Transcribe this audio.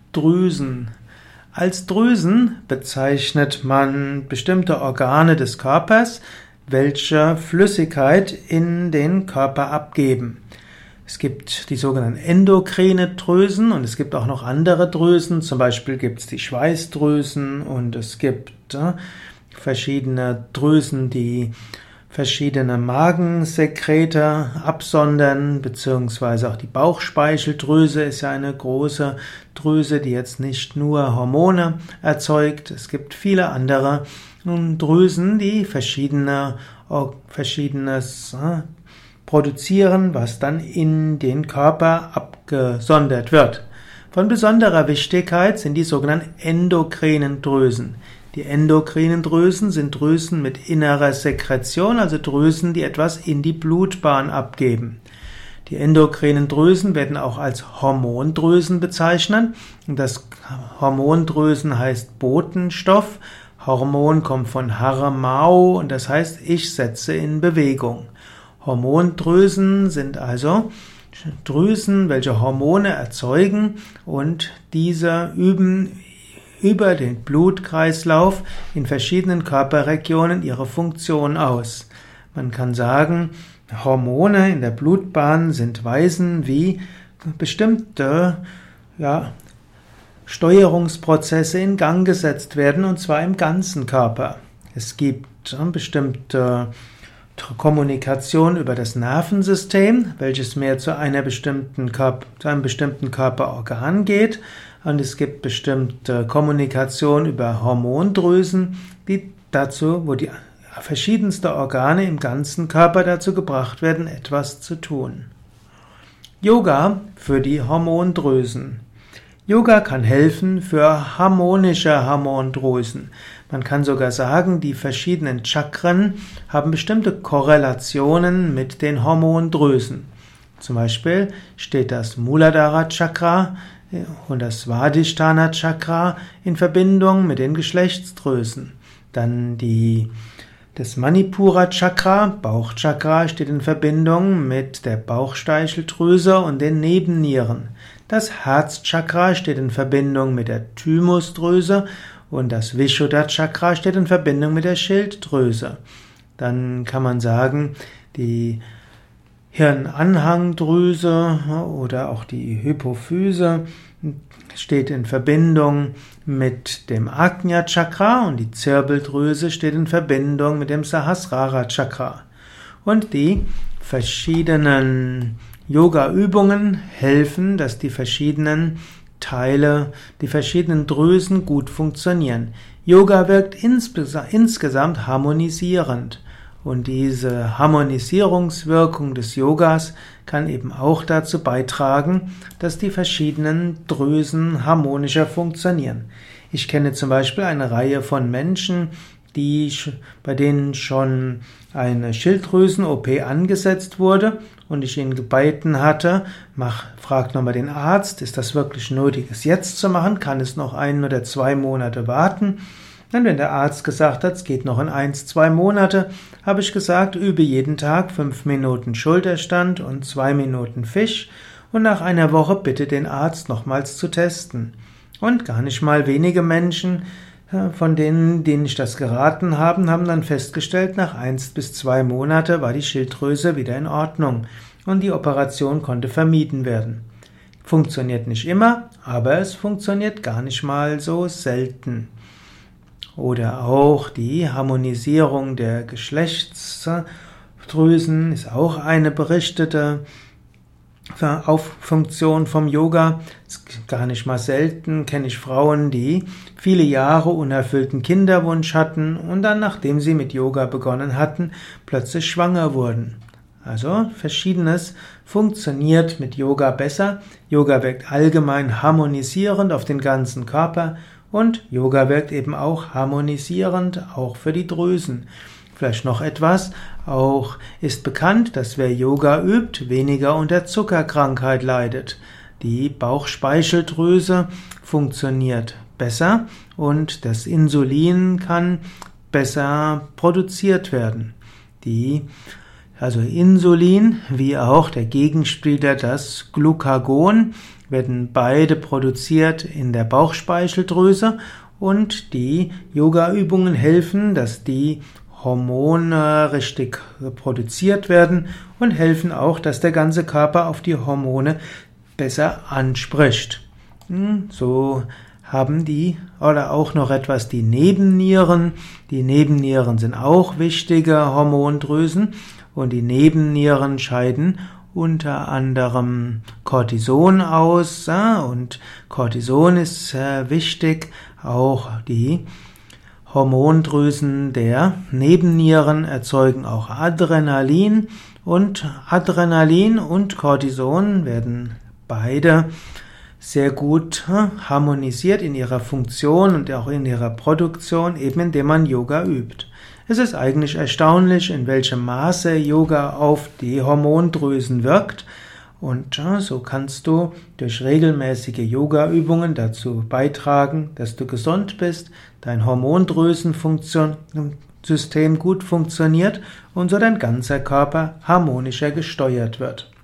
Drüsen. Als Drüsen bezeichnet man bestimmte Organe des Körpers, welche Flüssigkeit in den Körper abgeben. Es gibt die sogenannten endokrine Drüsen und es gibt auch noch andere Drüsen. Zum Beispiel gibt es die Schweißdrüsen und es gibt verschiedene Drüsen, die verschiedene Magensekrete absondern, beziehungsweise auch die Bauchspeicheldrüse ist ja eine große Drüse, die jetzt nicht nur Hormone erzeugt. Es gibt viele andere Drüsen, die Verschiedenes produzieren, was dann in den Körper abgesondert wird. Von besonderer Wichtigkeit sind die sogenannten endokrinen Drüsen. Die endokrinen Drüsen sind Drüsen mit innerer Sekretion, also Drüsen, die etwas in die Blutbahn abgeben. Die endokrinen Drüsen werden auch als Hormondrüsen bezeichnet. Das Hormondrüsen heißt Botenstoff. Hormon kommt von Haramau und das heißt, ich setze in Bewegung. Hormondrüsen sind also Drüsen, welche Hormone erzeugen und diese üben über den Blutkreislauf in verschiedenen Körperregionen ihre Funktion aus. Man kann sagen, Hormone in der Blutbahn sind Weisen, wie bestimmte Steuerungsprozesse in Gang gesetzt werden, und zwar im ganzen Körper. Es gibt bestimmte Kommunikation über das Nervensystem, welches mehr zu einem bestimmten Körperorgan geht. Und es gibt bestimmte Kommunikation über Hormondrüsen, wo die verschiedensten Organe im ganzen Körper dazu gebracht werden, etwas zu tun. Yoga für die Hormondrüsen. Yoga kann helfen für harmonische Hormondrüsen. Man kann sogar sagen, die verschiedenen Chakren haben bestimmte Korrelationen mit den Hormondrüsen. Zum Beispiel steht das Muladhara Chakra und das Svadhisthana Chakra in Verbindung mit den Geschlechtsdrüsen. Dann das Manipura Chakra, Bauchchakra, steht in Verbindung mit der Bauchspeicheldrüse und den Nebennieren. Das Herzchakra steht in Verbindung mit der Thymusdrüse und das Vishuddha Chakra steht in Verbindung mit der Schilddrüse. Dann kann man sagen, die Hirnanhangdrüse oder auch die Hypophyse steht in Verbindung mit dem Ajna Chakra und die Zirbeldrüse steht in Verbindung mit dem Sahasrara Chakra. Und die verschiedenen Yoga-Übungen helfen, dass die verschiedenen Drüsen gut funktionieren. Yoga wirkt insgesamt harmonisierend. Und diese Harmonisierungswirkung des Yogas kann eben auch dazu beitragen, dass die verschiedenen Drüsen harmonischer funktionieren. Ich kenne zum Beispiel eine Reihe von Menschen, bei denen schon eine Schilddrüsen-OP angesetzt wurde und ich ihnen gebeten hatte, frag nochmal den Arzt, ist das wirklich nötig, es jetzt zu machen? Kann es noch 1 oder 2 Monate warten? Dann, wenn der Arzt gesagt hat, es geht noch in 1, 2 Monate, habe ich gesagt, übe jeden Tag 5 Minuten Schulterstand und 2 Minuten Fisch und nach einer Woche bitte den Arzt nochmals zu testen. Und gar nicht mal wenige Menschen, von denen ich das geraten habe, haben dann festgestellt, nach 1 bis 2 Monate war die Schilddrüse wieder in Ordnung und die Operation konnte vermieden werden. Funktioniert nicht immer, aber es funktioniert gar nicht mal so selten. Oder auch die Harmonisierung der Geschlechtsdrüsen ist auch eine berichtete Funktion vom Yoga. Gar nicht mal selten kenne ich Frauen, die viele Jahre unerfüllten Kinderwunsch hatten und dann, nachdem sie mit Yoga begonnen hatten, plötzlich schwanger wurden. Also Verschiedenes funktioniert mit Yoga besser. Yoga wirkt allgemein harmonisierend auf den ganzen Körper. Und Yoga wirkt eben auch harmonisierend, auch für die Drüsen. Vielleicht noch etwas, auch ist bekannt, dass wer Yoga übt, weniger unter Zuckerkrankheit leidet. Die Bauchspeicheldrüse funktioniert besser und das Insulin kann besser produziert werden. Die Also Insulin, wie auch der Gegenspieler das Glucagon, werden beide produziert in der Bauchspeicheldrüse und die Yoga-Übungen helfen, dass die Hormone richtig produziert werden und helfen auch, dass der ganze Körper auf die Hormone besser anspricht. So haben die oder auch noch etwas die Nebennieren. Die Nebennieren sind auch wichtige Hormondrüsen und die Nebennieren scheiden unter anderem Cortison aus und Cortison ist sehr wichtig. Auch die Hormondrüsen der Nebennieren erzeugen auch Adrenalin und Cortison werden beide sehr gut harmonisiert in ihrer Funktion und auch in ihrer Produktion, eben indem man Yoga übt. Es ist eigentlich erstaunlich, in welchem Maße Yoga auf die Hormondrüsen wirkt. Und so kannst du durch regelmäßige Yoga-Übungen dazu beitragen, dass du gesund bist, dein Hormondrüsensystem gut funktioniert und so dein ganzer Körper harmonischer gesteuert wird.